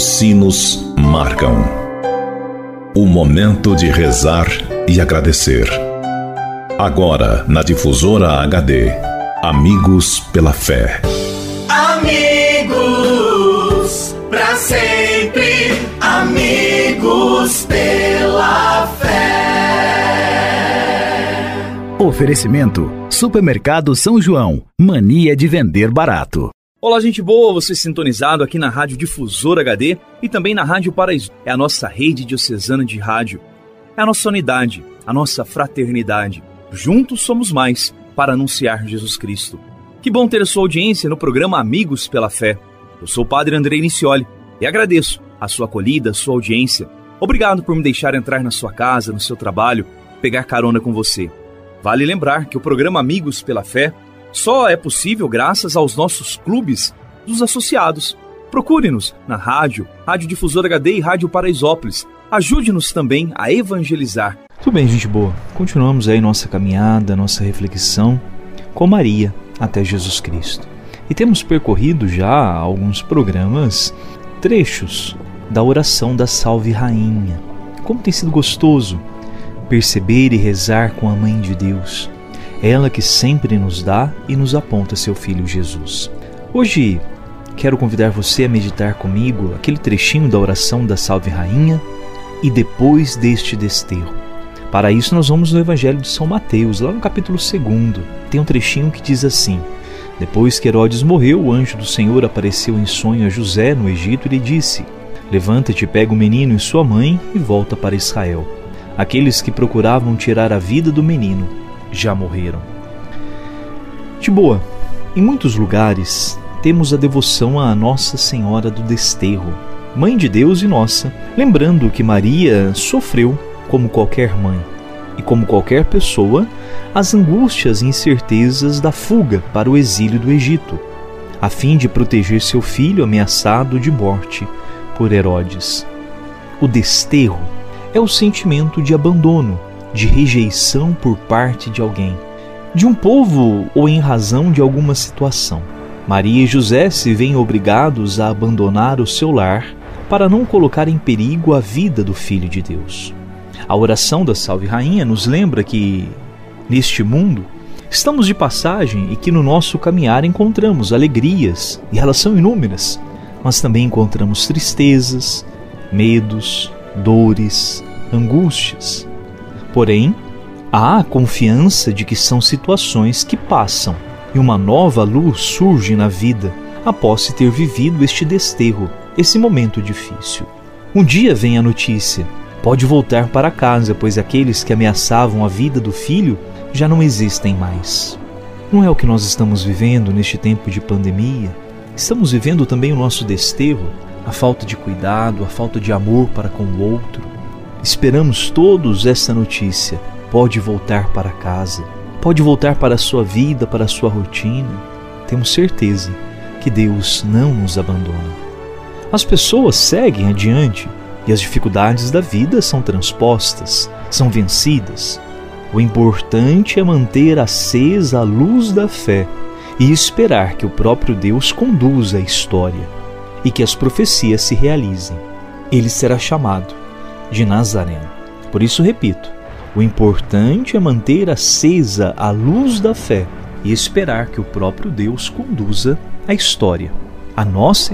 Os sinos marcam o momento de rezar e agradecer. Agora, na Difusora HD, Amigos pela Fé. Amigos, pra sempre, amigos pela fé. Oferecimento: Supermercado São João, mania de vender barato. Olá, gente boa, você sintonizado aqui na Rádio Difusora HD e também na Rádio Paraíso. É a nossa rede diocesana de rádio, é a nossa unidade, a nossa fraternidade. Juntos somos mais para anunciar Jesus Cristo. Que bom ter a sua audiência no programa Amigos pela Fé. Eu sou o Padre Andrei Nicioli e agradeço a sua acolhida, a sua audiência. Obrigado por me deixar entrar na sua casa, no seu trabalho, pegar carona com você. Vale lembrar que o programa Amigos pela Fé só é possível graças aos nossos clubes dos associados. Procure-nos na Rádio Difusora HD e Rádio Paraisópolis. Ajude-nos também a evangelizar. Tudo bem, gente boa. Continuamos aí nossa caminhada, nossa reflexão com Maria até Jesus Cristo. E temos percorrido já alguns programas, trechos da oração da Salve Rainha. Como tem sido gostoso perceber e rezar com a Mãe de Deus. Ela que sempre nos dá e nos aponta seu Filho Jesus. Hoje quero convidar você a meditar comigo aquele trechinho da oração da Salve Rainha e depois deste desterro. Para isso nós vamos no Evangelho de São Mateus, lá no capítulo 2. Tem um trechinho que diz assim: Depois que Herodes morreu, o anjo do Senhor apareceu em sonho a José no Egito e lhe disse: Levanta-te, pega o menino e sua mãe e volta para Israel. Aqueles que procuravam tirar a vida do menino já morreram. De boa, em muitos lugares temos a devoção à Nossa Senhora do Desterro, Mãe de Deus e nossa, lembrando que Maria sofreu, como qualquer mãe e como qualquer pessoa, as angústias e incertezas da fuga para o exílio do Egito, a fim de proteger seu filho ameaçado de morte por Herodes. O desterro é o sentimento de abandono, de rejeição por parte de alguém, de um povo ou em razão de alguma situação. Maria e José se veem obrigados a abandonar o seu lar para não colocar em perigo a vida do Filho de Deus. A oração da Salve Rainha nos lembra que, neste mundo, estamos de passagem e que no nosso caminhar encontramos alegrias, e elas são inúmeras, mas também encontramos tristezas, medos, dores, angústias. Porém, há a confiança de que são situações que passam e uma nova luz surge na vida após se ter vivido este desterro, esse momento difícil. Um dia vem a notícia: pode voltar para casa, pois aqueles que ameaçavam a vida do filho já não existem mais. Não é o que nós estamos vivendo neste tempo de pandemia? Estamos vivendo também o nosso desterro, a falta de cuidado, a falta de amor para com o outro. Esperamos todos essa notícia: pode voltar para casa, pode voltar para a sua vida, para a sua rotina. Temos certeza que Deus não nos abandona. As pessoas seguem adiante e as dificuldades da vida são transpostas, são vencidas. O importante é manter acesa a luz da fé e esperar que o próprio Deus conduza a história e que as profecias se realizem. Ele será chamado de Nazareno. Por isso, repito, o importante é manter acesa a luz da fé e esperar que o próprio Deus conduza a história, a nossa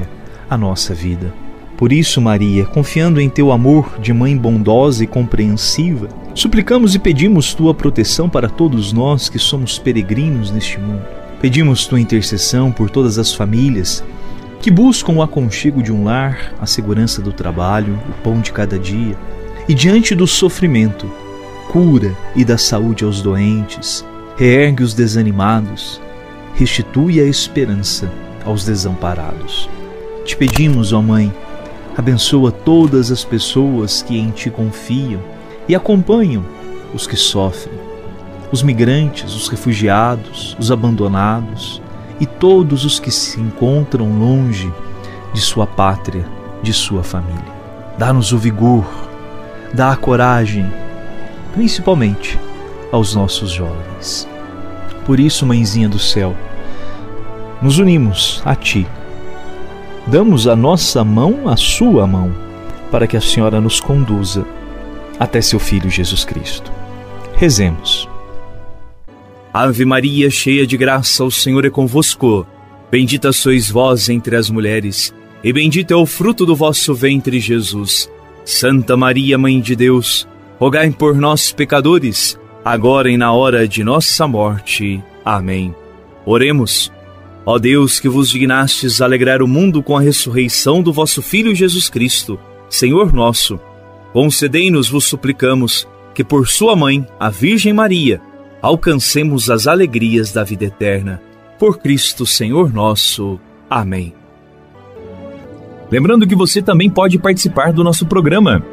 vida. Por isso, Maria, confiando em teu amor de mãe bondosa e compreensiva, suplicamos e pedimos tua proteção para todos nós que somos peregrinos neste mundo. Pedimos tua intercessão por todas as famílias que buscam o aconchego de um lar, a segurança do trabalho, o pão de cada dia. E diante do sofrimento, cura e dá saúde aos doentes, reergue os desanimados, restitui a esperança aos desamparados. Te pedimos, ó Mãe, abençoa todas as pessoas que em Ti confiam e acompanham os que sofrem, os migrantes, os refugiados, os abandonados e todos os que se encontram longe de sua pátria, de sua família. Dá-nos o vigor, dá a coragem, principalmente aos nossos jovens. Por isso, Mãezinha do Céu, nos unimos a Ti, damos a nossa mão à sua mão, para que a Senhora nos conduza até seu Filho Jesus Cristo. Rezemos. Ave Maria, cheia de graça, o Senhor é convosco. Bendita sois vós entre as mulheres, e bendito é o fruto do vosso ventre, Jesus. Santa Maria, Mãe de Deus, rogai por nós, pecadores, agora e na hora de nossa morte. Amém. Oremos. Ó Deus, que vos dignastes alegrar o mundo com a ressurreição do vosso Filho Jesus Cristo, Senhor nosso, concedei-nos, vos suplicamos, que por sua mãe, a Virgem Maria, alcancemos as alegrias da vida eterna. Por Cristo, Senhor nosso. Amém. Lembrando que você também pode participar do nosso programa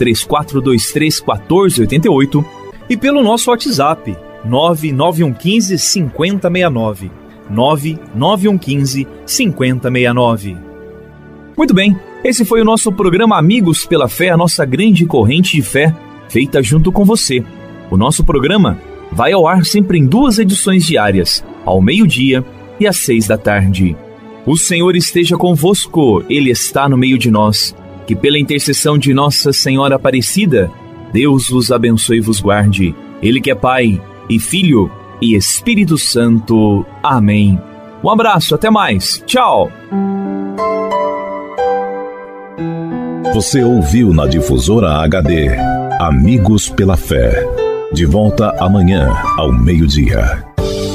3423-1488 e pelo nosso WhatsApp 99115 5069. 99115 5069. Muito bem, esse foi o nosso programa Amigos pela Fé, a nossa grande corrente de fé, feita junto com você. O nosso programa vai ao ar sempre em 2 edições diárias, ao meio-dia e às 6 da tarde. O Senhor esteja convosco, Ele está no meio de nós. Que pela intercessão de Nossa Senhora Aparecida, Deus vos abençoe e vos guarde. Ele que é Pai e Filho e Espírito Santo. Amém. Um abraço, até mais. Tchau. Você ouviu na Difusora HD Amigos pela Fé. De volta amanhã ao meio-dia.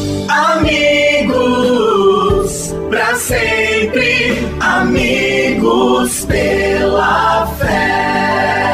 Amigos, pra sempre, amigos pela fé.